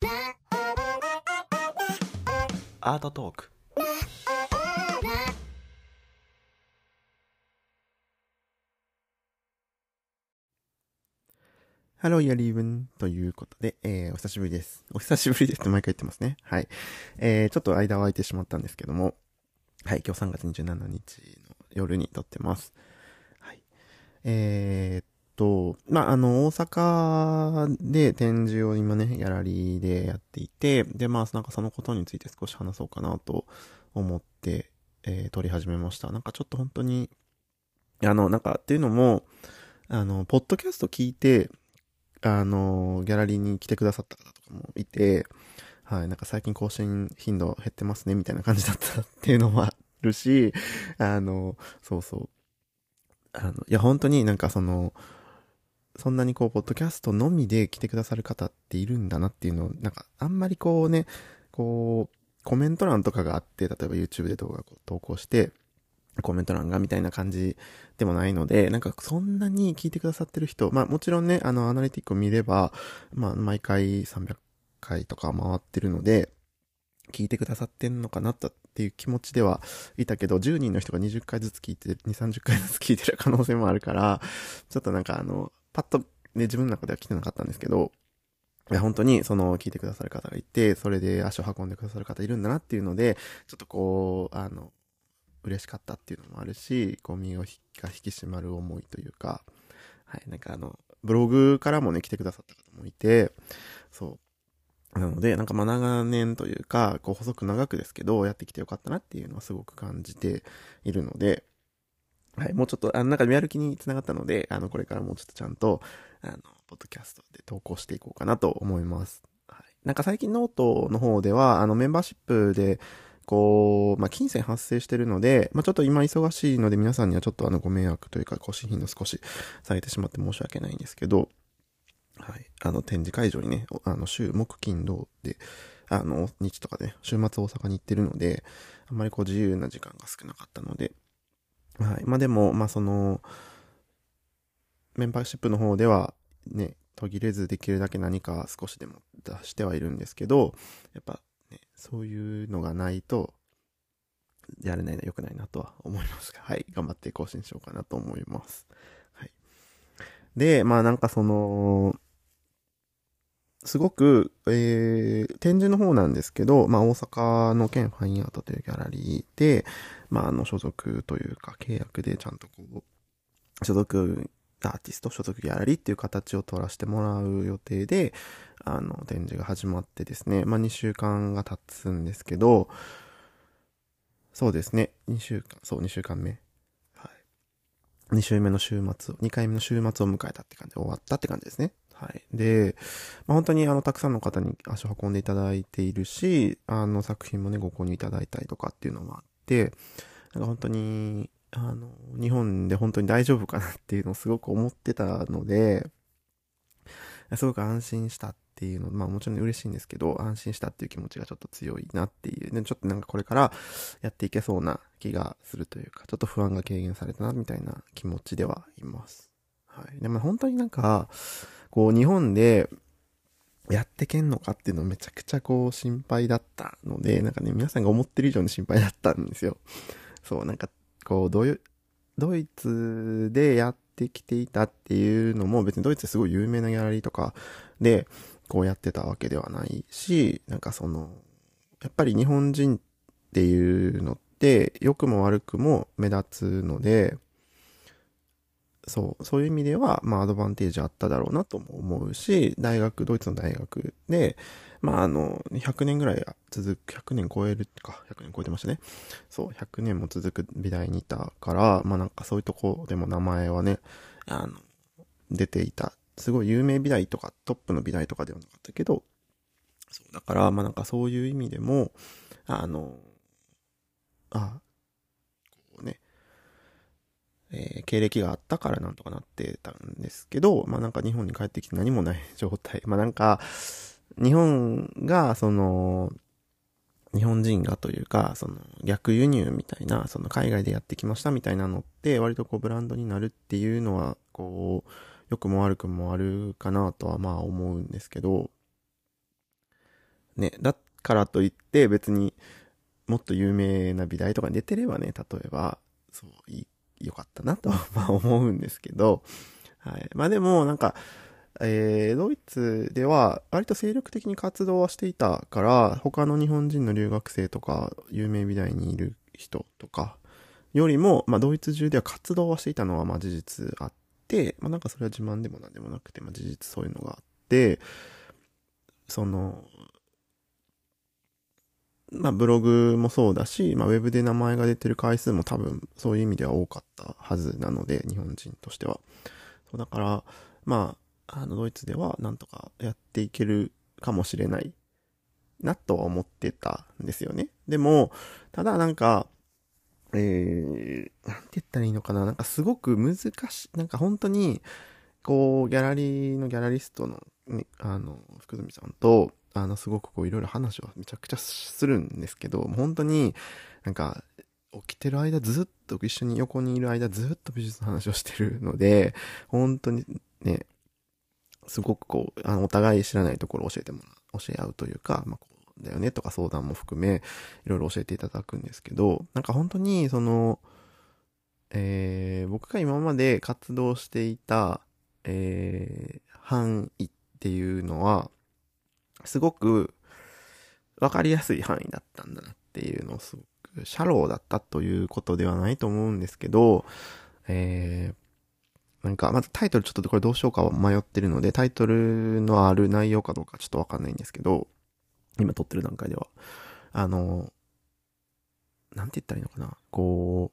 アートトーク。ハローイヤリーブンということで、お久しぶりです。お久しぶりですって毎回言ってますね。はい。ちょっと間は空いてしまったんですけども、はい、今日3月27日の夜に撮ってます。はい。大阪で展示を今ね、ギャラリーでやっていて、で、なんかそのことについて少し話そうかなと思って、撮り始めました。なんかちょっと本当に、なんかっていうのも、ポッドキャスト聞いて、ギャラリーに来てくださった方とかもいて、はい、なんか最近更新頻度減ってますね、みたいな感じだったっていうのもあるし、そうそう。いや、本当になんかそんなにこう、ポッドキャストのみで来てくださる方っているんだなっていうのを、なんか、あんまりこうね、こう、コメント欄とかがあって、例えば YouTube で動画を投稿して、コメント欄がみたいな感じでもないので、なんかそんなに聞いてくださってる人、もちろんね、アナリティックを見れば、毎回300回とか回ってるので、聞いてくださってんのかなっていう気持ちではいたけど、10人の人が20回ずつ聞いて、2、30回ずつ聞いてる可能性もあるから、ちょっとなんかパッとね、自分の中では来てなかったんですけど、いや、本当に聞いてくださる方がいて、それで足を運んでくださる方いるんだなっていうので、ちょっとこう、嬉しかったっていうのもあるし、身が引き締まる思いというか、はい、なんかブログからもね、来てくださった方もいて、そう。なので、なんか長年というか、細く長くですけど、やってきてよかったなっていうのはすごく感じているので、はい、もうちょっと、なんか見歩きにつながったので、これからもうちょっとちゃんと、ポッドキャストで投稿していこうかなと思います。はい。なんか最近ノートの方では、メンバーシップで、金銭発生してるので、ちょっと今忙しいので皆さんにはちょっとご迷惑というか、更新頻度少し下げてしまって申し訳ないんですけど、はい。展示会場にね、木金土で、日とかで、週末大阪に行ってるので、あんまり自由な時間が少なかったので、はい。でも、メンバーシップの方では、ね、途切れずできるだけ何か少しでも出してはいるんですけど、やっぱね、そういうのがないと、やれないのは良くないなとは思いますが、はい。頑張って更新しようかなと思います。はい。で、なんかすごく、展示の方なんですけど、大阪の県ファインアートというギャラリーで、所属というか契約でちゃんと所属アーティスト、所属ギャラリーっていう形を取らせてもらう予定で、展示が始まってですね、2週間が経つんですけど、そうですね、2週間目。はい。2週目の週末、2回目の週末を迎えたって感じで終わったって感じですね。はい。で、本当にたくさんの方に足を運んでいただいているし、作品もね、ご購入いただいたりとかっていうのもあって、なんか本当に、日本で本当に大丈夫かなっていうのをすごく思ってたので、すごく安心したっていうの、もちろん嬉しいんですけど、安心したっていう気持ちがちょっと強いなっていう、ね、ちょっとなんかこれからやっていけそうな気がするというか、ちょっと不安が軽減されたなみたいな気持ちではいます。はい。でも本当になんか、日本でやってけんのかっていうのめちゃくちゃ心配だったので、なんかね、皆さんが思ってる以上に心配だったんですよ。そう、なんか、ドイツでやってきていたっていうのも別にドイツですごい有名なギャラリーとかでやってたわけではないし、なんかやっぱり日本人っていうのって良くも悪くも目立つので、そういう意味では、アドバンテージあっただろうなとも思うし、ドイツの大学で、100年ぐらい100年超えるか、100年超えてましたね。そう、100年も続く美大にいたから、なんかそういうとこでも名前はね、出ていた。すごい有名美大とか、トップの美大とかではなかったけど、そう、だから、なんかそういう意味でも、あの、あ、ね、経歴があったからなんとかなってたんですけど、なんか日本に帰ってきて何もない状態。なんか、日本が、日本人がというか、逆輸入みたいな、海外でやってきましたみたいなのって、割とブランドになるっていうのは、良くも悪くもあるかなとは思うんですけど、 ね、だからといって別にもっと有名な美大とかに出てればね、例えば、そう、よかったなとまあ思うんですけど、はい。まあでも、なんか、ドイツでは割と精力的に活動はしていたから、他の日本人の留学生とか、有名美大にいる人とか、よりも、まあドイツ中では活動はしていたのはまあ事実あって、まあなんかそれは自慢でもなんでもなくて、まあ事実そういうのがあって、その、まあブログもそうだし、まあウェブで名前が出てる回数も多分そういう意味では多かったはずなので、日本人としては。そうだから、まあ、ドイツではなんとかやっていけるかもしれないなとは思ってたんですよね。でも、ただなんか、なんて言ったらいいのかな。なんかすごく難しい。なんか本当に、こう、ギャラリーのギャラリストの、ね、福住さんと、すごくこう、いろいろ話をめちゃくちゃするんですけど、もう本当に、なんか、起きてる間ずっと一緒に横にいる間ずっと美術の話をしてるので、本当にね、すごくこう、お互い知らないところを教え合うというか、まあ、こうだよねとか相談も含め、いろいろ教えていただくんですけど、なんか本当に、僕が今まで活動していた、範囲っていうのは、すごくわかりやすい範囲だったんだなっていうのをすごく、シャローだったということではないと思うんですけど、えなんか、まずタイトルちょっとこれどうしようかは迷ってるので、タイトルのある内容かどうかちょっとわかんないんですけど、今撮ってる段階では。あの、なんて言ったらいいのかな。こ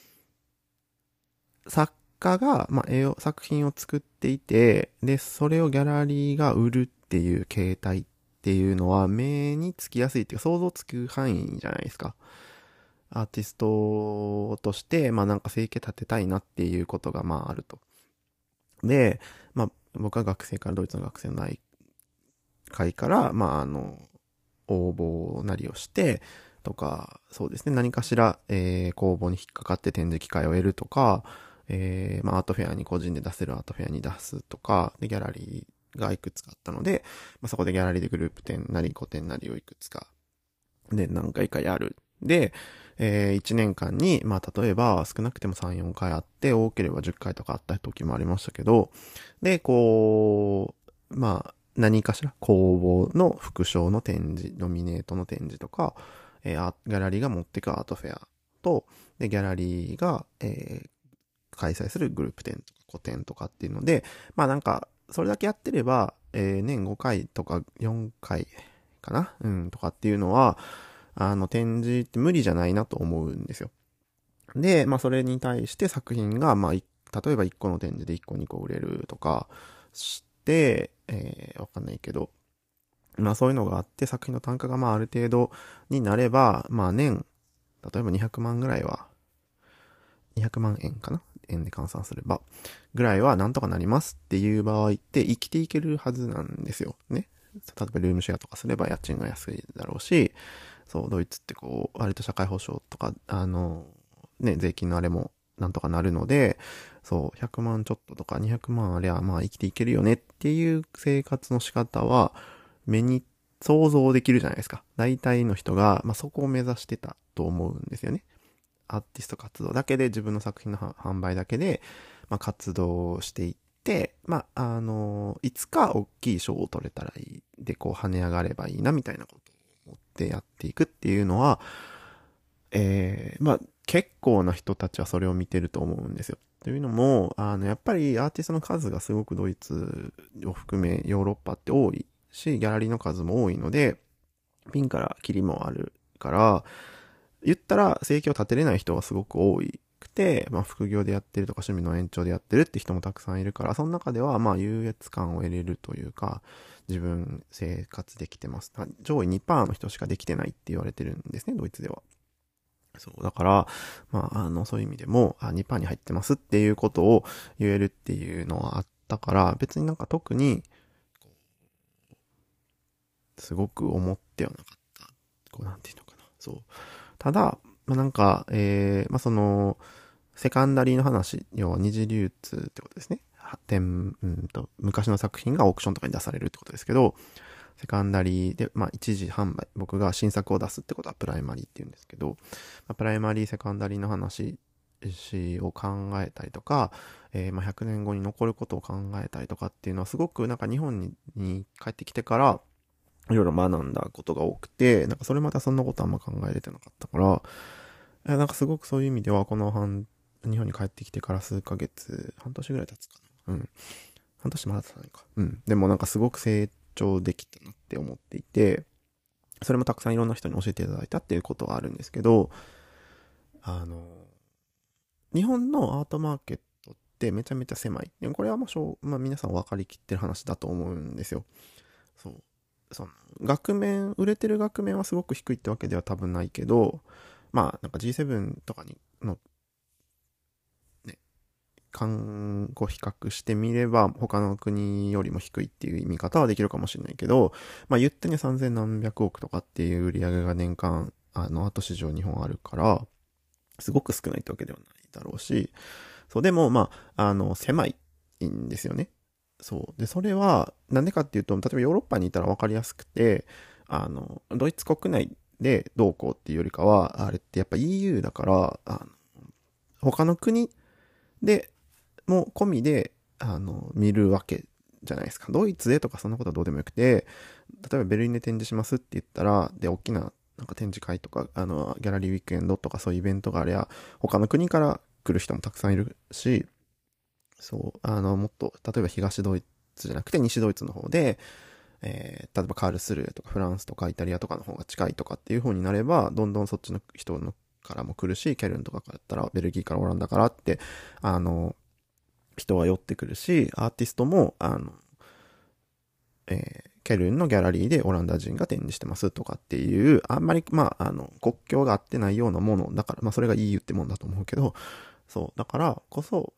う、作家が、まあ、作品を作っていて、で、それをギャラリーが売るっていう形態っていうのは、目につきやすいっていうか、想像つく範囲じゃないですか。アーティストとして、まあなんか生計立てたいなっていうことが、まああると。で、まあ僕は学生からドイツの学生の内会から、まあ応募なりをして、とか、そうですね、何かしら、公募に引っかかって展示機会を得るとか、まあ、アートフェアに個人で出せるアートフェアに出すとか、で、ギャラリーがいくつかあったので、まあ、そこでギャラリーでグループ展なり個展なりをいくつか、で、何回かやる。で、1年間に、まあ、例えば少なくても3、4回あって、多ければ10回とかあった時もありましたけど、で、こう、まあ、何かしら公募の副賞の展示、ノミネートの展示とか、ギャラリーが持っていくアートフェアと、で、ギャラリーが、開催するグループ展とか個展とかっていうので、まあなんか、それだけやってれば、年5回とか4回かなとかっていうのは、展示って無理じゃないなと思うんですよ。で、まあそれに対して作品が、まあ、例えば1個の展示で1個2個売れるとかして、わかんないけど、まあそういうのがあって作品の単価がまあある程度になれば、まあ例えば200万ぐらいは、200万円かな円で換算すれば、ぐらいはなんとかなりますっていう場合って生きていけるはずなんですよ。ね。例えばルームシェアとかすれば家賃が安いだろうし、そう、ドイツってこう、割と社会保障とか、ね、税金のあれもなんとかなるので、そう、100万ちょっととか200万ありゃ、まあ生きていけるよねっていう生活の仕方は、目に想像できるじゃないですか。大体の人が、まあそこを目指してたと思うんですよね。アーティスト活動だけで、自分の作品の販売だけで、まあ活動していって、まあ、いつか大きい賞を取れたらいい。で、こう跳ね上がればいいな、みたいなことを思ってやっていくっていうのは、まあ、結構な人たちはそれを見てると思うんですよ。というのも、やっぱりアーティストの数がすごくドイツを含めヨーロッパって多いし、ギャラリーの数も多いので、ピンからキリもあるから、言ったら生計を立てれない人がすごく多くて、まあ副業でやってるとか趣味の延長でやってるって人もたくさんいるから、その中ではまあ優越感を得れるというか、自分生活できてます。上位2%の人しかできてないって言われてるんですね、ドイツでは。そう。だから、まあ、そういう意味でも、2%に入ってますっていうことを言えるっていうのはあったから、別になんか特に、すごく思ってはなかった。こう、なんていうのかな。そう。ただ、まあ、なんか、まあ、セカンダリーの話、要は二次流通ってことですね。昔の作品がオークションとかに出されるってことですけど、 セカンダリーで、一時販売、僕が新作を出すってことはプライマリーって言うんですけど、プライマリー、セカンダリーの話を考えたりとか、100年後に残ることを考えたりとかっていうのはすごくなんか日本に帰ってきてからいろいろ学んだことが多くて、なんかそれまたそんなことあんま考えれてなかったから、なんかすごくそういう意味では日本に帰ってきてから数ヶ月、半年ぐらい経つかな。うん。半年まだ経たないか。うん。でもなんかすごく成長できたなって思っていて、それもたくさんいろんな人に教えていただいたっていうことはあるんですけど、あの、日本のアートマーケットってめちゃめちゃ狭い。でもこれは皆さん分かりきってる話だと思うんですよ。そう。売れてる額面はすごく低いってわけでは多分ないけど、なんか G7 とかのね、比較してみれば、他の国よりも低いっていう見方はできるかもしれないけど、言ってね、3000何百億とかっていう売り上げが年間、アート市場日本あるから、すごく少ないってわけではないだろうし、そう、でも、狭いんですよね。そう。で、それは、なんでかっていうと、例えばヨーロッパにいたら分かりやすくて、ドイツ国内でどうこうっていうよりかは、あれってやっぱ EU だから、他の国でも込みで、見るわけじゃないですか。ドイツでとかそんなことはどうでもよくて、例えばベルリンで展示しますって言ったら、で、大きな、なんか展示会とか、ギャラリーウィークエンドとかそういうイベントがありゃ、他の国から来る人もたくさんいるし、そう、もっと、例えば東ドイツじゃなくて西ドイツの方で、例えばカールスルーとかフランスとかイタリアとかの方が近いとかっていう風になれば、どんどんそっちの人のからも来るし、ケルンとかからだったらベルギーからオランダからって、人は寄ってくるし、アーティストも、ケルンのギャラリーでオランダ人が展示してますとかっていう、あんまり、国境が合ってないようなもの、だから、それが EU ってもんだと思うけど、そう、だからこそ、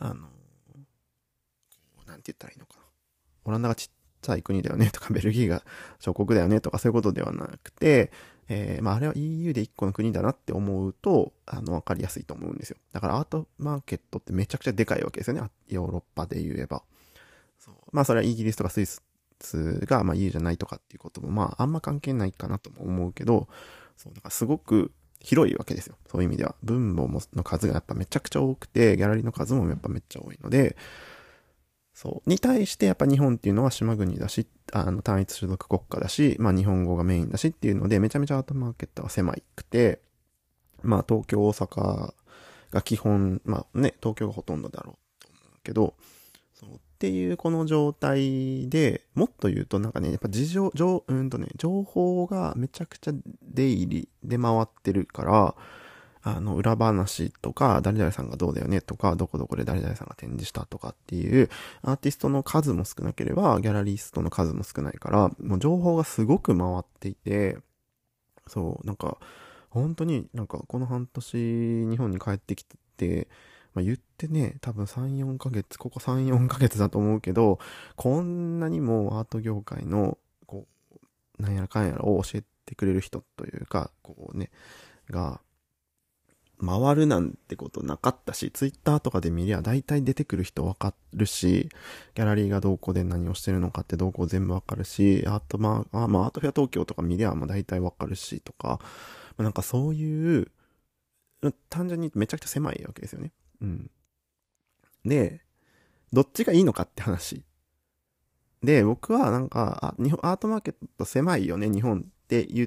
なんて言ったらいいのかな。オランダがちっちゃい国だよねとか、ベルギーが小国だよねとか、そういうことではなくて、あれは EU で一個の国だなって思うと、わかりやすいと思うんですよ。だからアートマーケットってめちゃくちゃでかいわけですよね。ヨーロッパで言えば。そう。それはイギリスとかスイスが、EU じゃないとかっていうことも、あんま関係ないかなとも思うけど、そう、だからすごく広いわけですよ。そういう意味では。分母の数がやっぱめちゃくちゃ多くて、ギャラリーの数もやっぱめっちゃ多いので、そう。に対してやっぱ日本っていうのは島国だし、単一所属国家だし、日本語がメインだしっていうので、めちゃめちゃアートマーケットは狭くて、東京、大阪が基本、東京がほとんどだろうと思うけど、そうっていうこの状態で、もっと言うとなんかね、やっぱ情報がめちゃくちゃ出回ってるから、裏話とか、誰々さんがどうだよねとか、どこどこで誰々さんが展示したとかっていう、アーティストの数も少なければ、ギャラリストの数も少ないから、もう情報がすごく回っていて、そう、なんか、本当になんかこの半年日本に帰ってきて、言ってね、多分3、4ヶ月、ここ3、4ヶ月だと思うけど、こんなにもアート業界の、なんやらかんやらを教えてくれる人というか、が、回るなんてことなかったし、ツイッターとかで見りゃ大体出てくる人わかるし、ギャラリーがどこで何をしてるのかってどこ全部わかるし、アートフェア東京とか見りゃ大体わかるしとか、なんかそういう、単純にめちゃくちゃ狭いわけですよね。うん。で、どっちがいいのかって話。で、僕はなんか、アートマーケット狭いよね、日本って言って、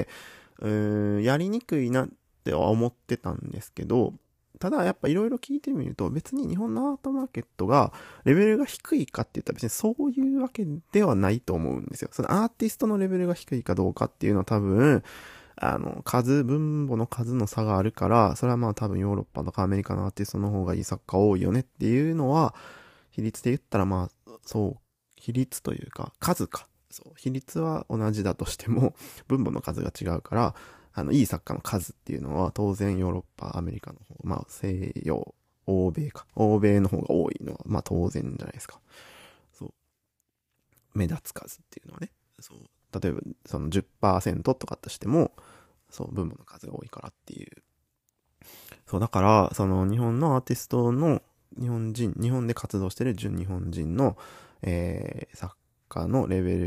やりにくいなっては思ってたんですけど、ただやっぱいろいろ聞いてみると別に日本のアートマーケットがレベルが低いかって言ったら別にそういうわけではないと思うんですよ。そのアーティストのレベルが低いかどうかっていうのは多分、分母の数の差があるから、それは多分ヨーロッパとかアメリカのアーティストの方がいい作家多いよねっていうのは、比率で言ったらそう、比率というか、数か。そう、比率は同じだとしても、分母の数が違うから、いい作家の数っていうのは当然ヨーロッパ、アメリカの方、西洋、欧米か。欧米の方が多いのは、当然じゃないですか。そう。目立つ数っていうのはね。そう。例えば、その10%とかとしても、そう、分母の数が多いからっていう。そう、だから、その日本のアーティストの日本で活動してる純日本人の、作家のレベルが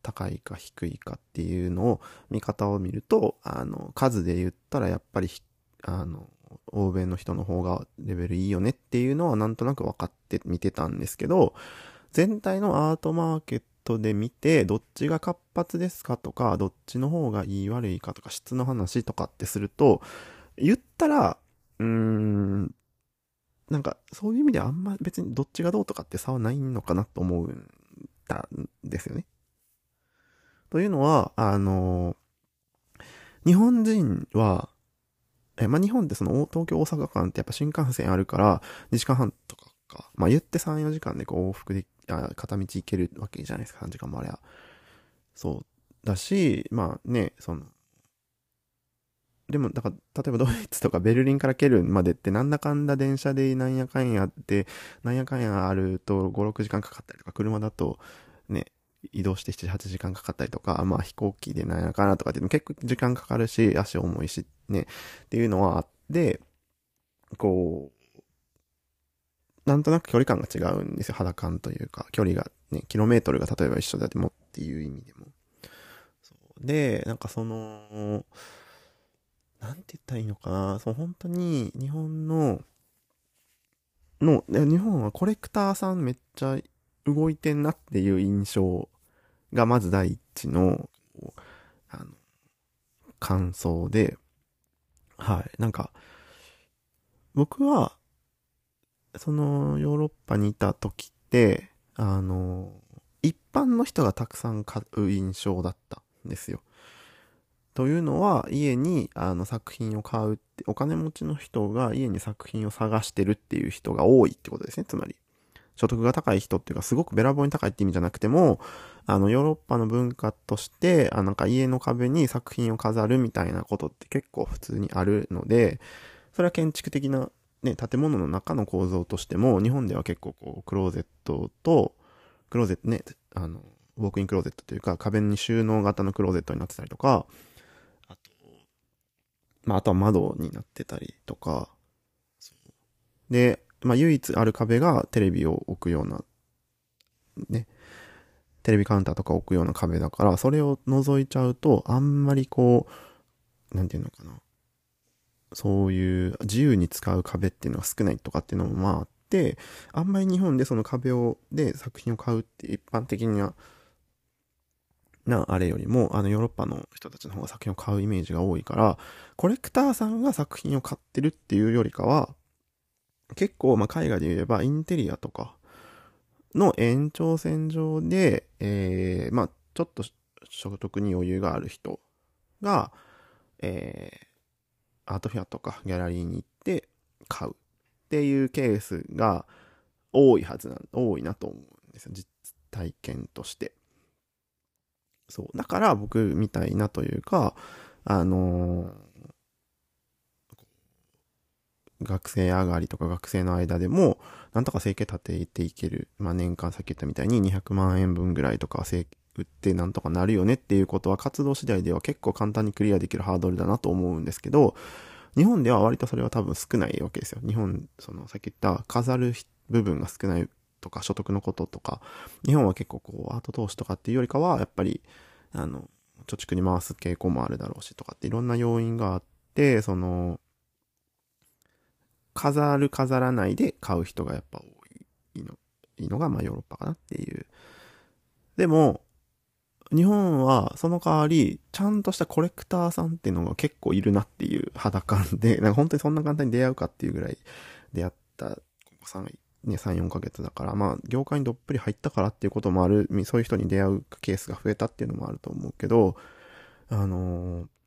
高いか低いかっていうのを、見方を見ると、数で言ったらやっぱり欧米の人の方がレベルいいよねっていうのはなんとなく分かって見てたんですけど、全体のアートマーケットで見て、どっちが活発ですかとか、どっちの方がいい悪いかとか、質の話とかってすると、言ったら、なんか、そういう意味ではあんま別にどっちがどうとかって差はないのかなと思うんですよね。というのは、日本人は、まあ、日本ってその東京大阪間ってやっぱ新幹線あるから2時間半とかか。まあ、言って3、4時間でこう往復で、片道行けるわけじゃないですか、3時間もあれば。そうだし、まあね、でも、だから、例えばドイツとかベルリンからケルンまでってなんだかんだ電車でなんやかんやって、なんやかんやあると5、6時間かかったりとか、車だとね、移動して7、8時間かかったりとか、まあ飛行機でなんやかなとかっていうの結構時間かかるし、足重いし、ね、っていうのはあって、こなんとなく距離感が違うんですよ。肌感というか、距離がね、キロメートルが例えば一緒でもっていう意味でも。そうで、なんかなんて言ったらいいのかな。本当に日本日本はコレクターさんめっちゃ動いてんなっていう印象がまず第一の、あの、感想で、はい。なんか、僕は、ヨーロッパにいた時って、一般の人がたくさん買う印象だったんですよ。というのは、家に作品を買うって、お金持ちの人が家に作品を探してるっていう人が多いってことですね、つまり。所得が高い人っていうか、すごくべらぼうに高いって意味じゃなくても、ヨーロッパの文化として、なんか家の壁に作品を飾るみたいなことって結構普通にあるので、それは建築的な、ね、建物の中の構造としても、日本では結構こう、クローゼットと、クローゼットね、ウォークインクローゼットというか、壁に収納型のクローゼットになってたりとか、あと、まあ、あとは窓になってたりとか、で、まあ、唯一ある壁がテレビを置くような、ね、テレビカウンターとか置くような壁だから、それを覗いちゃうと、あんまりこう、なんていうのかな。そういう自由に使う壁っていうのが少ないとかっていうのもまああって、あんまり日本でその壁で作品を買うって一般的なあれよりも、ヨーロッパの人たちの方が作品を買うイメージが多いから、コレクターさんが作品を買ってるっていうよりかは、結構、まあ、海外で言えばインテリアとかの延長線上で、まあ、ちょっと所得に余裕がある人が、えアートフェアとかギャラリーに行って買うっていうケースが多いなと思うんですよ。実体験として。そう。だから僕みたいなというか、あの学生上がりとか学生の間でも、なんとか生計立てていける。まあ年間さっき言ったみたいに200万円分ぐらいとか売ってなんとかなるよねっていうことは活動次第では結構簡単にクリアできるハードルだなと思うんですけど、日本では割とそれは多分少ないわけですよ。日本、さっき言った飾る部分が少ないとか、所得のこととか、日本は結構こう、アート投資とかっていうよりかは、やっぱり、貯蓄に回す傾向もあるだろうしとかっていろんな要因があって、飾る飾らないで買う人がやっぱ多いのが、まあヨーロッパかなっていう。でも、日本はその代わり、ちゃんとしたコレクターさんっていうのが結構いるなっていう肌感で、なんか本当にそんな簡単に出会うかっていうぐらい出会った、ここ3、4ヶ月だから、まあ業界にどっぷり入ったからっていうこともある、そういう人に出会うケースが増えたっていうのもあると思うけど、あのー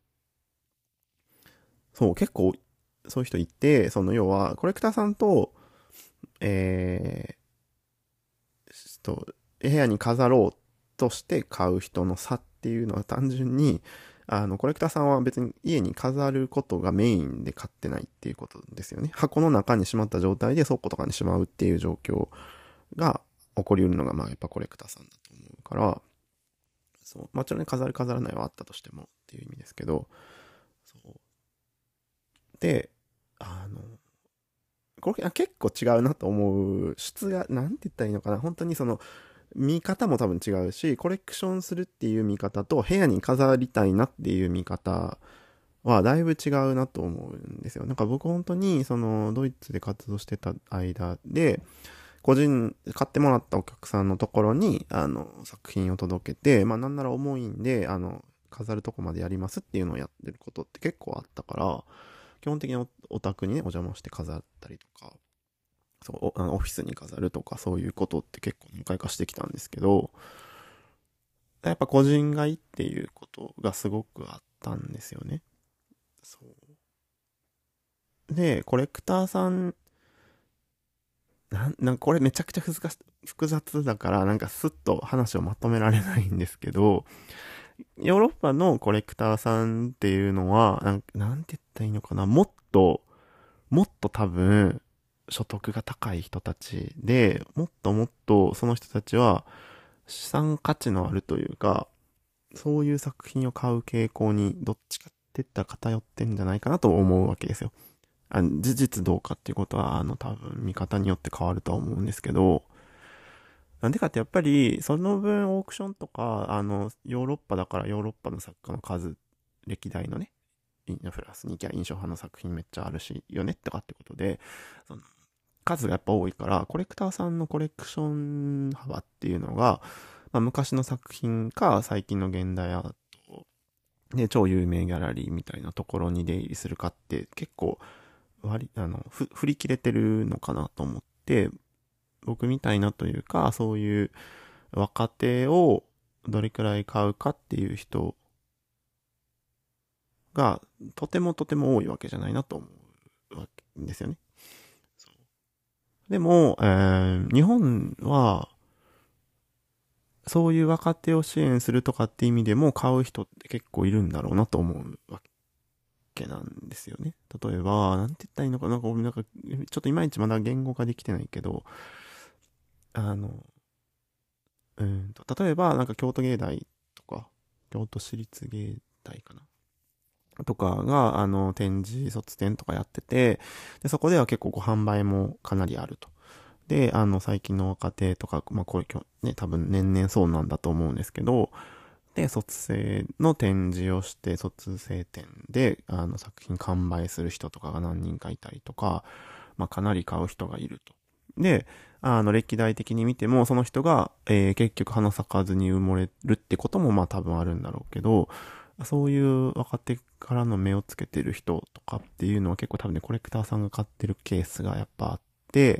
そう、結構そういう人いて、要はコレクターさんと、え部屋に飾ろうとして買う人の差っていうのは単純に、コレクターさんは別に家に飾ることがメインで買ってないっていうことですよね。箱の中にしまった状態で倉庫とかにしまうっていう状況が起こりうるのが、まあやっぱコレクターさんだと思うから、そう、もちろんね、飾る飾らないはあったとしてもっていう意味ですけど、そう。で、あの、これ結構違うなと思う質が、なんて言ったらいいのかな。本当に見方も多分違うし、コレクションするっていう見方と部屋に飾りたいなっていう見方はだいぶ違うなと思うんですよ。なんか僕本当にそのドイツで活動してた間で、買ってもらったお客さんのところに、作品を届けて、まあなんなら重いんで、飾るとこまでやりますっていうのをやってることって結構あったから、基本的にお宅にね、お邪魔して飾ったりとか、そう、オフィスに飾るとか、そういうことって結構何回かしてきたんですけど、やっぱ個人買いっていうことがすごくあったんですよね。そう。で、コレクターさん、なんかこれめちゃくちゃ複雑だから、なんかスッと話をまとめられないんですけど、ヨーロッパのコレクターさんっていうのは、なんて言ったらいいのかな、もっと多分、所得が高い人たちで、もっとその人たちは資産価値のあるというか、そういう作品を買う傾向にどっちかって言ったら偏ってんじゃないかなと思うわけですよ。事実どうかっていうことは、多分見方によって変わるとは思うんですけど、なんでかってやっぱり、その分オークションとか、ヨーロッパだからヨーロッパの作家の数、歴代のね、フランスに行きゃ印象派の作品めっちゃあるし、よねとかってことで、その数がやっぱ多いから、コレクターさんのコレクション幅っていうのが、まあ、昔の作品か、最近の現代アートで、超有名ギャラリーみたいなところに出入りするかって、結構、振り切れてるのかなと思って、僕みたいなというか、そういう若手をどれくらい買うかっていう人が、とても多いわけじゃないなと思うわけですよね。でも、日本は、そういう若手を支援するとかって意味でも買う人って結構いるんだろうなと思うわけなんですよね。例えば、なんて言ったらいいのかな、ちょっといまいちまだ言語化できてないけど、あの、例えば、なんか京都芸大とか、京都市立芸大かなとかが、展示卒展とかやってて、で、そこでは結構販売もかなりあると。で、最近の若手とか、まあ、こういう、ね、多分年々そうなんだと思うんですけど、で、卒生の展示をして、卒生展で、作品完売する人とかが何人かいたりとか、まあ、かなり買う人がいると。で、歴代的に見ても、その人が、結局花咲かずに埋もれるってことも、まあ、多分あるんだろうけど、そういう若手からの目をつけてる人とかっていうのは結構多分ね、コレクターさんが買ってるケースがやっぱあって、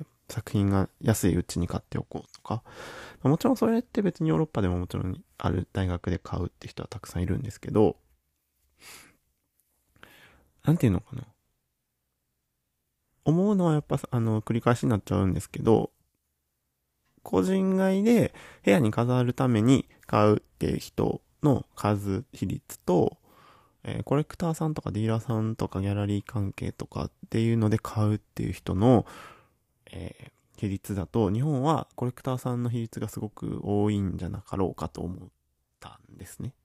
作品が安いうちに買っておこうとか。もちろんそれって別にヨーロッパでももちろんある大学で買うって人はたくさんいるんですけど、なんていうのかな。思うのはやっぱ、繰り返しになっちゃうんですけど、個人買いで部屋に飾るために買うっていう人の比率と、コレクターさんとかディーラーさんとかギャラリー関係とかっていうので買うっていう人の、比率だと、日本はコレクターさんの比率がすごく多いんじゃなかろうかと思ったんですね。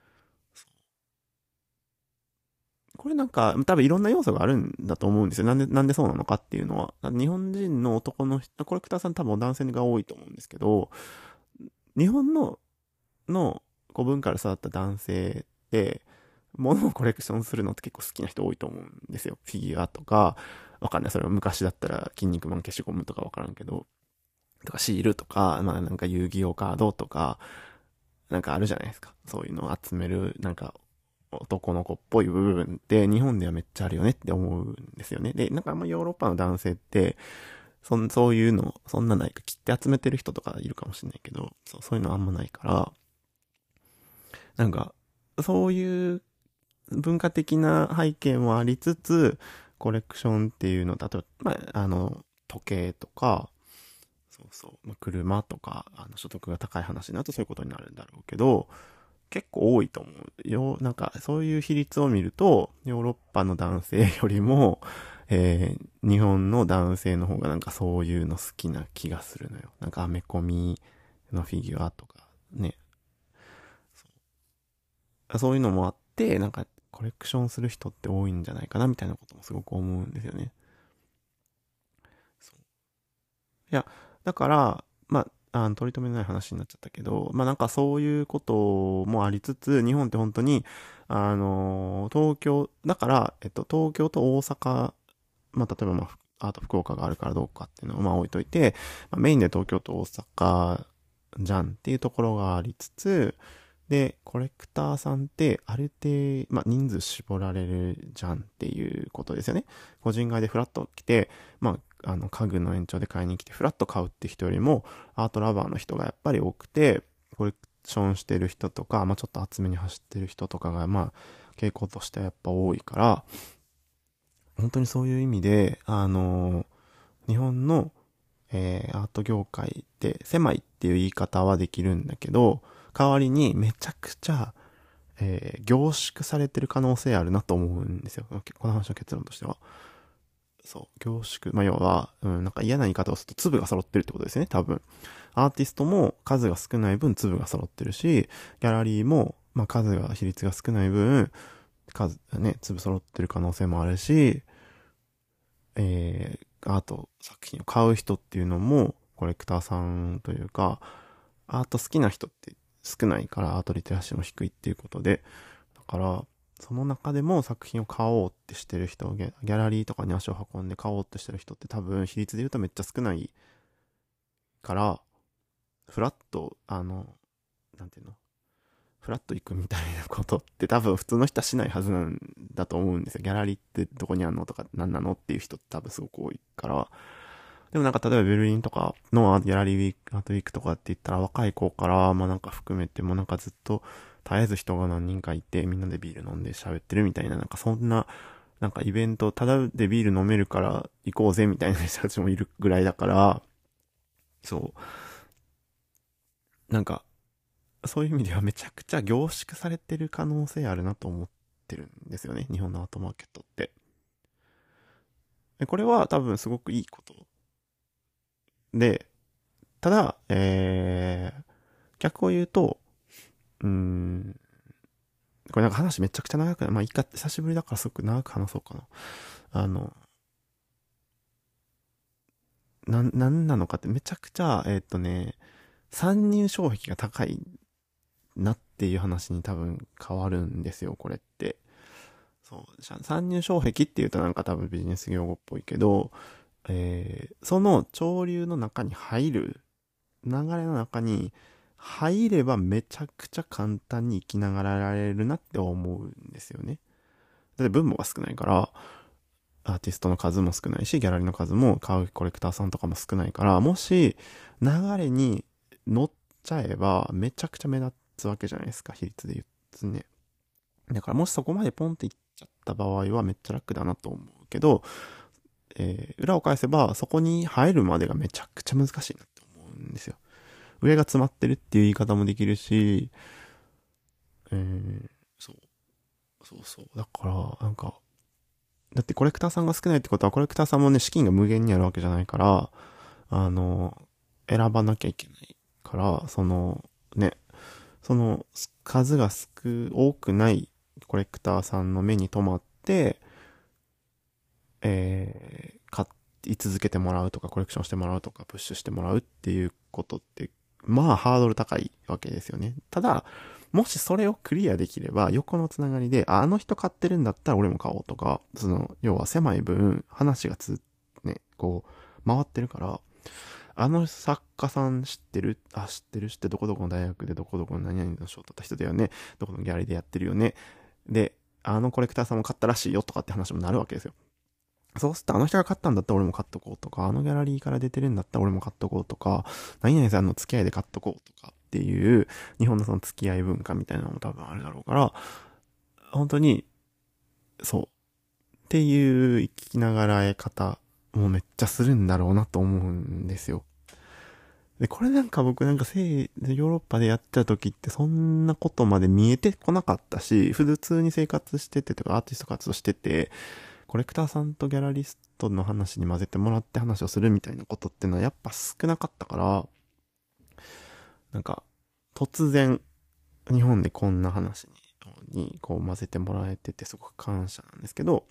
これなんか、多分いろんな要素があるんだと思うんですよ。なんでそうなのかっていうのは。日本人の男の人、コレクターさん多分男性が多いと思うんですけど、日本の古文から育った男性って、物をコレクションするのって結構好きな人多いと思うんですよ。フィギュアとか、わかんない。それは昔だったら、筋肉マン消しゴムとかわからんけど、とかシールとか、まあなんか遊戯王カードとか、なんかあるじゃないですか。そういうのを集める、なんか男の子っぽい部分って日本ではめっちゃあるよねって思うんですよね。で、なんかあんまヨーロッパの男性って、そういうの、そんなないか、切って集めてる人とかいるかもしれないけど、そういうのあんまないから、なんか、そういう文化的な背景もありつつ、コレクションっていうの、例えば、まあ、時計とか、まあ、車とか、所得が高い話になるとそういうことになるんだろうけど、結構多いと思うよ。なんか、そういう比率を見ると、ヨーロッパの男性よりも、日本の男性の方がなんかそういうの好きな気がするのよ。なんかアメコミのフィギュアとか、ね。そういうのもあって、なんかコレクションする人って多いんじゃないかなみたいなこともすごく思うんですよね。そういや、だから、まあ、 取り留めのない話になっちゃったけど、まあなんかそういうこともありつつ、日本って本当に、東京、だから、東京と大阪、まあ例えばあと福岡があるからどうかっていうのをまあ置いといて、まあ、メインで東京と大阪じゃんっていうところがありつつ、で、コレクターさんってある程度、まあ、人数絞られるじゃんっていうことですよね。個人買いでフラッと来て、まあ、家具の延長で買いに来てフラッと買うって人よりも、アートラバーの人がやっぱり多くて、コレクションしてる人とか、まあ、ちょっと厚めに走ってる人とかが、まあ、傾向としてはやっぱ多いから、本当にそういう意味で、日本の、アート業界って狭いっていう言い方はできるんだけど、代わりにめちゃくちゃ、凝縮されてる可能性あるなと思うんですよ。この話の結論としては。そう、凝縮。まあ、要は、なんか嫌な言い方をすると粒が揃ってるってことですね、多分。アーティストも数が少ない分粒が揃ってるし、ギャラリーも、まあ、比率が少ない分、粒揃ってる可能性もあるし、アート作品を買う人っていうのも、コレクターさんというか、アート好きな人って少ないから、アートリテラシーも低いっていうことで、だから、その中でも作品を買おうってしてる人、ギャラリーとかに足を運んで買おうってしてる人って多分比率で言うとめっちゃ少ないから、フラッと、なんていうのフラッと行くみたいなことって多分普通の人はしないはずなんだと思うんですよ。ギャラリーってどこにあんのとか何なのっていう人って多分すごく多いから。でもなんか例えばベルリンとかのギャラリーウィーク、アートウィークとかって言ったら若い子から、まあなんか含めてもなんかずっと絶えず人が何人かいてみんなでビール飲んで喋ってるみたいな、なんかそんな、なんかイベント、ただでビール飲めるから行こうぜみたいな人たちもいるぐらいだから、そう。なんかそういう意味ではめちゃくちゃ凝縮されてる可能性あるなと思ってるんですよね。日本のアートマーケットって。でこれは多分すごくいいことで、ただ、逆を言うと、これなんか話めちゃくちゃ長くない。まあいいか、久しぶりだからすごく長く話そうかな。あの、なんなのかってめちゃくちゃ、参入障壁が高いなっていう話に多分変わるんですよ、これって。そう、参入障壁って言うとなんか多分ビジネス用語っぽいけど、その潮流の中に入る、流れの中に入ればめちゃくちゃ簡単に生きながられるなって思うんですよね。だって分母が少ないから、アーティストの数も少ないし、ギャラリーの数も買うコレクターさんとかも少ないから、もし流れに乗っちゃえばめちゃくちゃ目立つわけじゃないですか、比率で言うとね。だからもしそこまでポンっていっちゃった場合はめっちゃ楽だなと思うけど、裏を返せばそこに入るまでがめちゃくちゃ難しいなって思うんですよ。上が詰まってるっていう言い方もできるし、そう、そうそう。だから、なんか、だってコレクターさんが少ないってことは、コレクターさんもね、資金が無限にあるわけじゃないから、選ばなきゃいけないから、ね、その、数が多くないコレクターさんの目に留まって、買い続けてもらうとか、コレクションしてもらうとか、プッシュしてもらうっていうことって、まあ、ハードル高いわけですよね。ただ、もしそれをクリアできれば、横のつながりで、あの人買ってるんだったら俺も買おうとか、要は狭い分、話がこう、回ってるから、あの作家さん知ってるどこどこの大学でどこどこの何々の賞を取った人だよね。どこのギャラリーでやってるよね。で、あのコレクターさんも買ったらしいよとかって話もなるわけですよ。そうするとあの人が買ったんだったら俺も買っとこうとか、あのギャラリーから出てるんだったら俺も買っとこうとか、何々さんの付き合いで買っとこうとかっていう、日本のその付き合い文化みたいなのも多分あるだろうから、本当に、そう。っていう生きながらえ方もめっちゃするんだろうなと思うんですよ。で、これなんか僕なんかヨーロッパでやった時ってそんなことまで見えてこなかったし、普通に生活しててとかアーティスト活動してて、コレクターさんとギャラリストの話に混ぜてもらって話をするみたいなことってのはやっぱ少なかったから、なんか、突然、日本でこんな話にこう混ぜてもらえててすごく感謝なんですけど、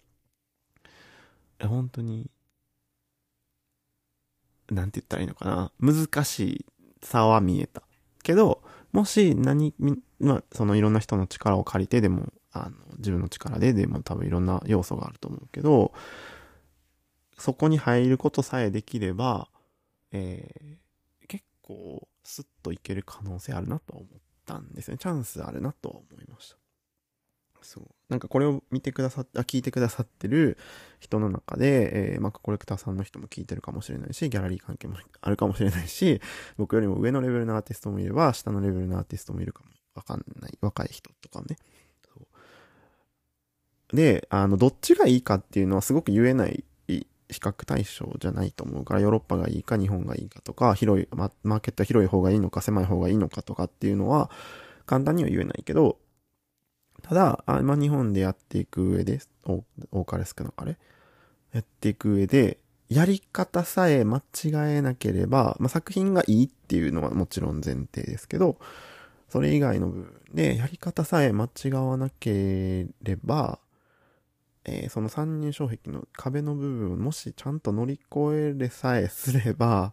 本当に、なんて言ったらいいのかな。難しい差は見えた。けど、もしまあ、そのいろんな人の力を借りてでも、自分の力でも多分いろんな要素があると思うけど、そこに入ることさえできれば、結構スッといける可能性あるなと思ったんですね。チャンスあるなと思いました。そう。なんかこれを聞いてくださってる人の中で、マックコレクターさんの人も聞いてるかもしれないし、ギャラリー関係もあるかもしれないし、僕よりも上のレベルのアーティストもいれば、下のレベルのアーティストもいるかもわかんない。若い人とかね。そうで、どっちがいいかっていうのはすごく言えない比較対象じゃないと思うから、ヨーロッパがいいか日本がいいかとか、マーケット広い方がいいのか狭い方がいいのかとかっていうのは簡単には言えないけど、ただ、日本でやっていく上で、多かれ少なかれ、やっていく上で、やり方さえ間違えなければ、作品がいいっていうのはもちろん前提ですけど、それ以外の部分で、やり方さえ間違わなければ、その参入障壁の壁の部分をもしちゃんと乗り越えれさえすれば、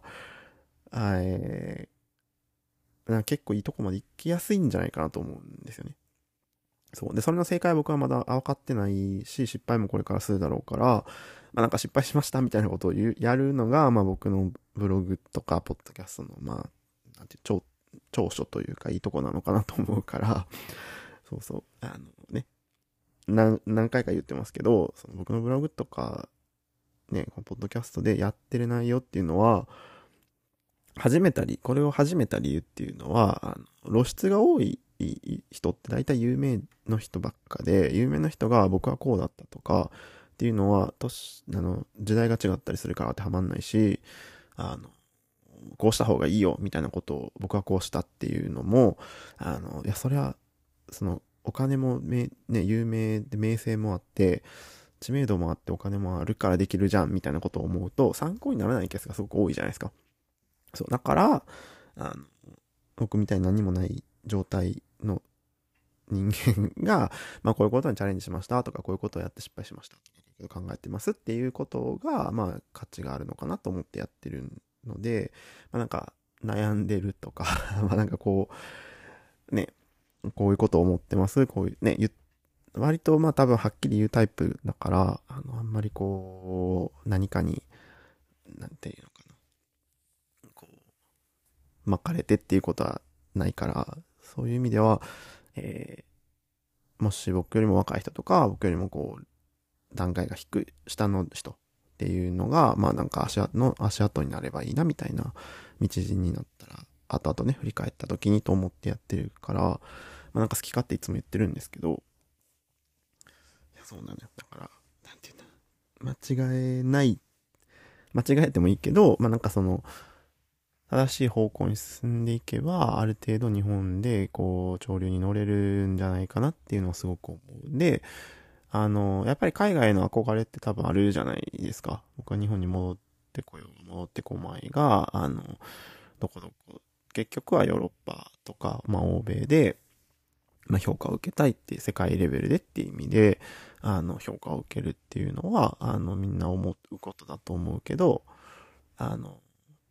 結構いいとこまで行きやすいんじゃないかなと思うんですよね。そう。で、それの正解は僕はまだ分かってないし、失敗もこれからするだろうから、なんか失敗しましたみたいなことをやるのが、僕のブログとか、ポッドキャストの、なんて長所というか、いいとこなのかなと思うから、そうそう。ね、何回か言ってますけど、その僕のブログとか、ね、このポッドキャストでやってる内容っていうのは、これを始めた理由っていうのは、露出が多い人って大体有名の人ばっかで、有名な人が僕はこうだったとかっていうのは、時代が違ったりするから当てはまんないし、こうした方がいいよみたいなことを僕はこうしたっていうのも、いや、それは、お金も有名で名声もあって、知名度もあってお金もあるからできるじゃんみたいなことを思うと参考にならないケースがすごく多いじゃないですか。そう、だから、あの、僕みたいに何もない状態の人間が、こういうことにチャレンジしましたとか、こういうことをやって失敗しましたとか、こういうことを考えてますっていうことが、価値があるのかなと思ってやってるので、なんか、悩んでるとかなんかこう、ね、こういうことを思ってます、こういうね、割と多分はっきり言うタイプだから、あんまりこう、何かに、なんていうのかな、こ巻かれてっていうことはないから、そういう意味では、えもし僕よりも若い人とか、僕よりもこう、段階が低い、下の人っていうのが、なんか足跡になればいいなみたいな道順になったら、後々ね、振り返った時にと思ってやってるから、なんか好き勝手いつも言ってるんですけど、いや、そうなのよ。だから、なんていうんだ、間違えてもいいけど、なんか正しい方向に進んでいけば、ある程度日本で、こう、潮流に乗れるんじゃないかなっていうのをすごく思う。で、やっぱり海外の憧れって多分あるじゃないですか。僕は日本に戻ってこまいが、どこどこ、結局はヨーロッパとか、欧米で、評価を受けたいっていう世界レベルでっていう意味で、評価を受けるっていうのは、みんな思うことだと思うけど、あの、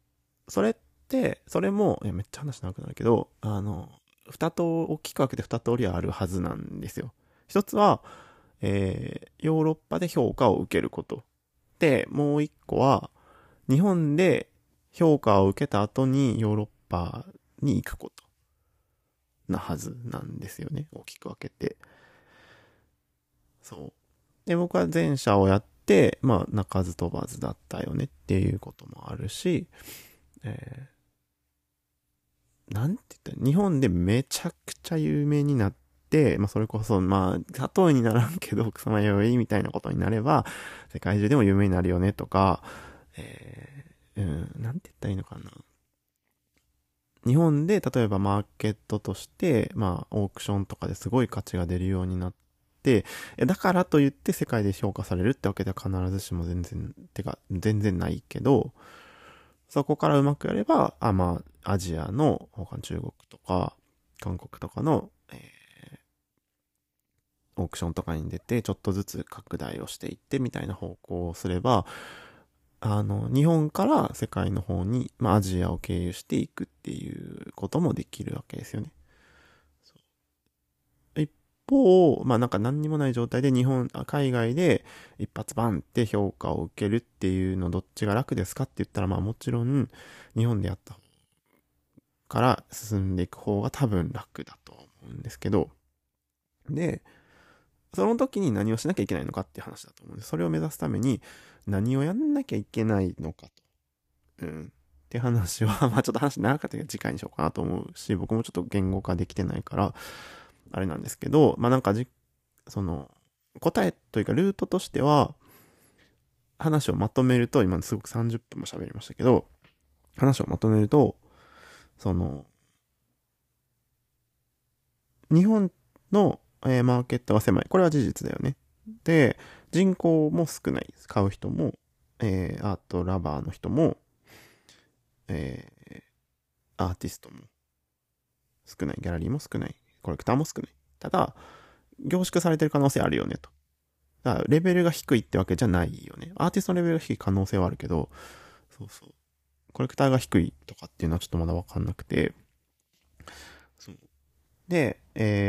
それも、めっちゃ話長くなるけど、大きく分けて二通りあるはずなんですよ。一つは、ヨーロッパで評価を受けること。で、もう一個は、日本で評価を受けた後にヨーロッパに行くことなはずなんですよね。大きく分けて。そう。で、僕は前者をやって、鳴かず飛ばずだったよねっていうこともあるし、なんて言ったら、日本でめちゃくちゃ有名になって、それこそ、例えにならんけど、草間彌生みたいなことになれば、世界中でも有名になるよねとか、なんて言ったらいいのかな。日本で、例えばマーケットとして、オークションとかですごい価値が出るようになって、だからといって世界で評価されるってわけでは必ずしも全然ないけど、そこからうまくやれば、アジアの他の中国とか、韓国とかの、オークションとかに出て、ちょっとずつ拡大をしていってみたいな方向をすれば、 日本から世界の方に、まあ、アジアを経由していくっていうこともできるわけですよね。一方、まあなんか何にもない状態で海外で一発バンって評価を受けるっていうのどっちが楽ですかって言ったら、まあもちろん日本でやった方から進んでいく方が多分楽だと思うんですけど、で、その時に何をしなきゃいけないのかっていう話だと思うんです。それを目指すために何をやんなきゃいけないのかと。って話は、まあちょっと話長かったけど次回にしようかなと思うし、僕もちょっと言語化できてないから、あれなんですけど、まあなんかその、答えというかルートとしては、話をまとめると、今すごく30分も喋りましたけど、話をまとめると、その、日本の、マーケットは狭い。これは事実だよね。で、人口も少ない。買う人も、アートラバーの人も、えアーティストも少ない。ギャラリーも少ない。コレクターも少ない。ただ、凝縮されてる可能性あるよねと。だからレベルが低いってわけじゃないよね。アーティストのレベルが低い可能性はあるけど、そうそう。コレクターが低いとかっていうのはちょっとまだわかんなくて。そうで、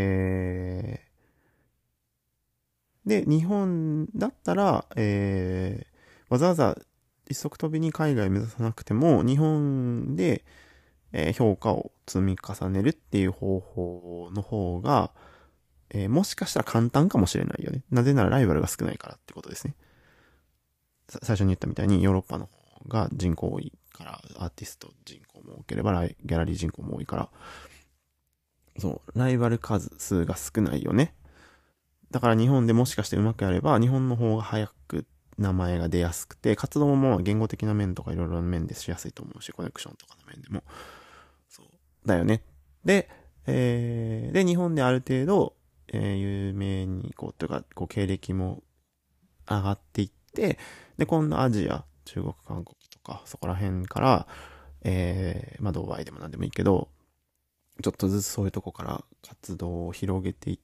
日本だったら、わざわざ一足飛びに海外を目指さなくても、日本で、評価を積み重ねるっていう方法の方が、もしかしたら簡単かもしれないよね。なぜならライバルが少ないからってことですね。最初に言ったみたいにヨーロッパの方が人口多いから、アーティスト人口も多ければギャラリー人口も多いから、そう、ライバル数が少ないよね。だから日本でもしかしてうまくやれば、日本の方が早く名前が出やすくて、活動も言語的な面とかいろいろな面でしやすいと思うし、コネクションとかの面でも。そう。だよね。で、で、日本である程度、有名に、というか、経歴も上がっていって、で、今度アジア、中国、韓国とか、そこら辺から、まあ、ドバイでも何でもいいけど、ちょっとずつそういうとこから活動を広げていって、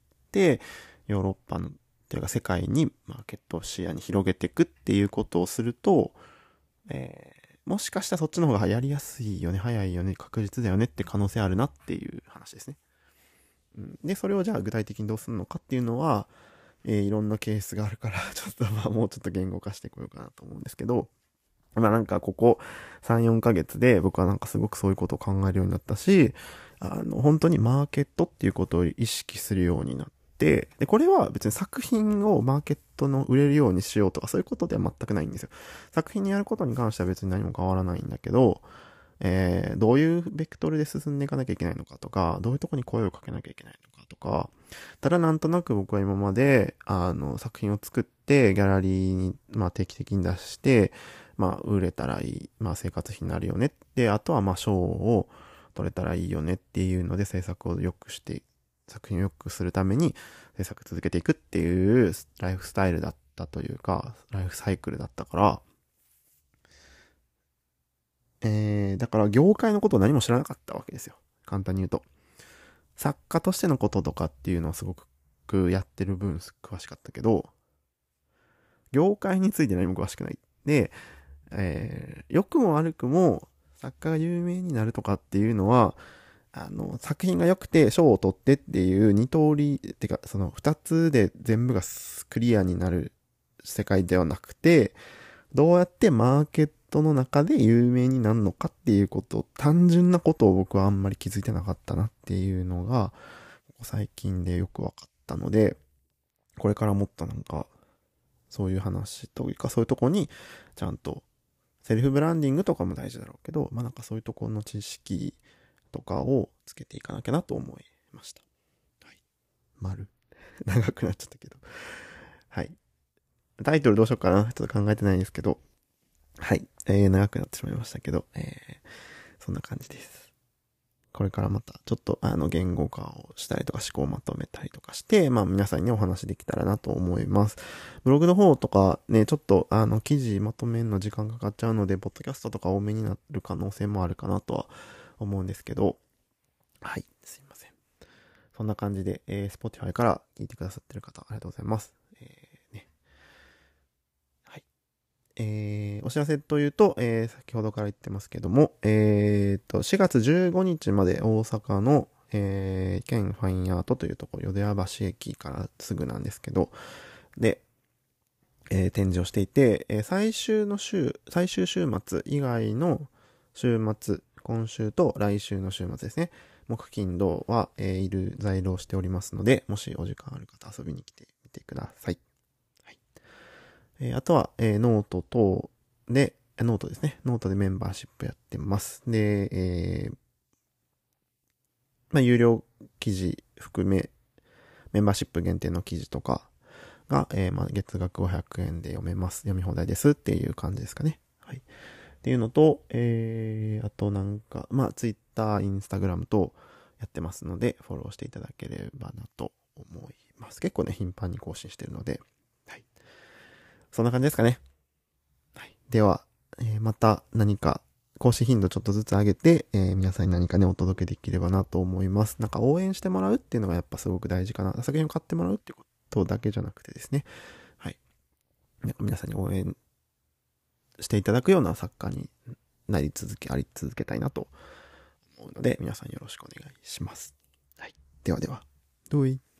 ヨーロッパの、というか世界にマーケットを視野に広げていくっていうことをすると、もしかしたらそっちの方がやりやすいよね、早いよね、確実だよねって可能性あるなっていう話ですね。で、それをじゃあ具体的にどうするのかっていうのは、いろんなケースがあるから、ちょっとまあもうちょっと言語化してこようかなと思うんですけど、まあなんかここ3、4ヶ月で僕はなんかすごくそういうことを考えるようになったし、本当にマーケットっていうことを意識するようになって、で、これは別に作品をマーケットの売れるようにしようとかそういうことでは全くないんですよ。作品にやることに関しては別に何も変わらないんだけど、どういうベクトルで進んでいかなきゃいけないのかとか、どういうとこに声をかけなきゃいけないのかとか、ただなんとなく僕は今まで、作品を作って、ギャラリーに、まあ定期的に出して、まあ売れたらいい、まあ生活費になるよねって、あとはまあ賞を取れたらいいよねっていうので制作を良くして、作品を良くするために制作続けていくっていうライフスタイルだったというか、ライフサイクルだったから、だから業界のことを何も知らなかったわけですよ。簡単に言うと。作家としてのこととかっていうのはすごくやってる分詳しかったけど、業界について何も詳しくない。で、良くも悪くも作家が有名になるとかっていうのは、作品が良くて賞を取ってっていう二通り、てか、その二つで全部がクリアになる世界ではなくて、どうやってマーケットの中で有名になるのかっていうこと、単純なことを僕はあんまり気づいてなかったなっていうのが、ここ最近でよく分かったので、これからもっとなんか、そういう話というか、そういうとこに、ちゃんと、セルフブランディングとかも大事だろうけど、まあなんかそういうところの知識とかをつけていかなきゃなと思いました。はい。丸。長くなっちゃったけど。はい。タイトルどうしようかな。ちょっと考えてないんですけど。はい。長くなってしまいましたけど、そんな感じです。これからまたちょっと言語化をしたりとか思考をまとめたりとかして、まあ皆さんにお話できたらなと思います。ブログの方とかね、ちょっと記事まとめるの時間かかっちゃうので、ポッドキャストとか多めになる可能性もあるかなとは思うんですけど、はい、すいません。そんな感じで、Spotify から聞いてくださってる方、ありがとうございます。ね。はい。 お知らせというと、先ほどから言ってますけども、4月15日まで大阪の、県ファインアートというところ、淀屋橋駅からすぐなんですけど、で、展示をしていて、最終週末以外の週末、今週と来週の週末ですね。木金土は、在廊しておりますので、もしお時間ある方遊びに来てみてください。はい。あとは、ノートですね。ノートでメンバーシップやってます。で、有料記事含め、メンバーシップ限定の記事とかが、月額500円で読めます。読み放題ですっていう感じですかね。はい。っていうのと、あとTwitter、Instagram とやってますので、フォローしていただければなと思います。結構ね、頻繁に更新してるので、はい。そんな感じですかね。はい。では、また何か更新頻度ちょっとずつ上げて、皆さんに何かね、お届けできればなと思います。なんか応援してもらうっていうのがやっぱすごく大事かな。作品を買ってもらうっていうことだけじゃなくてですね。はい。なんか皆さんに応援していただくような作家にあり続けたいなと思うので、皆さんよろしくお願いします。はい。ではでは。どうい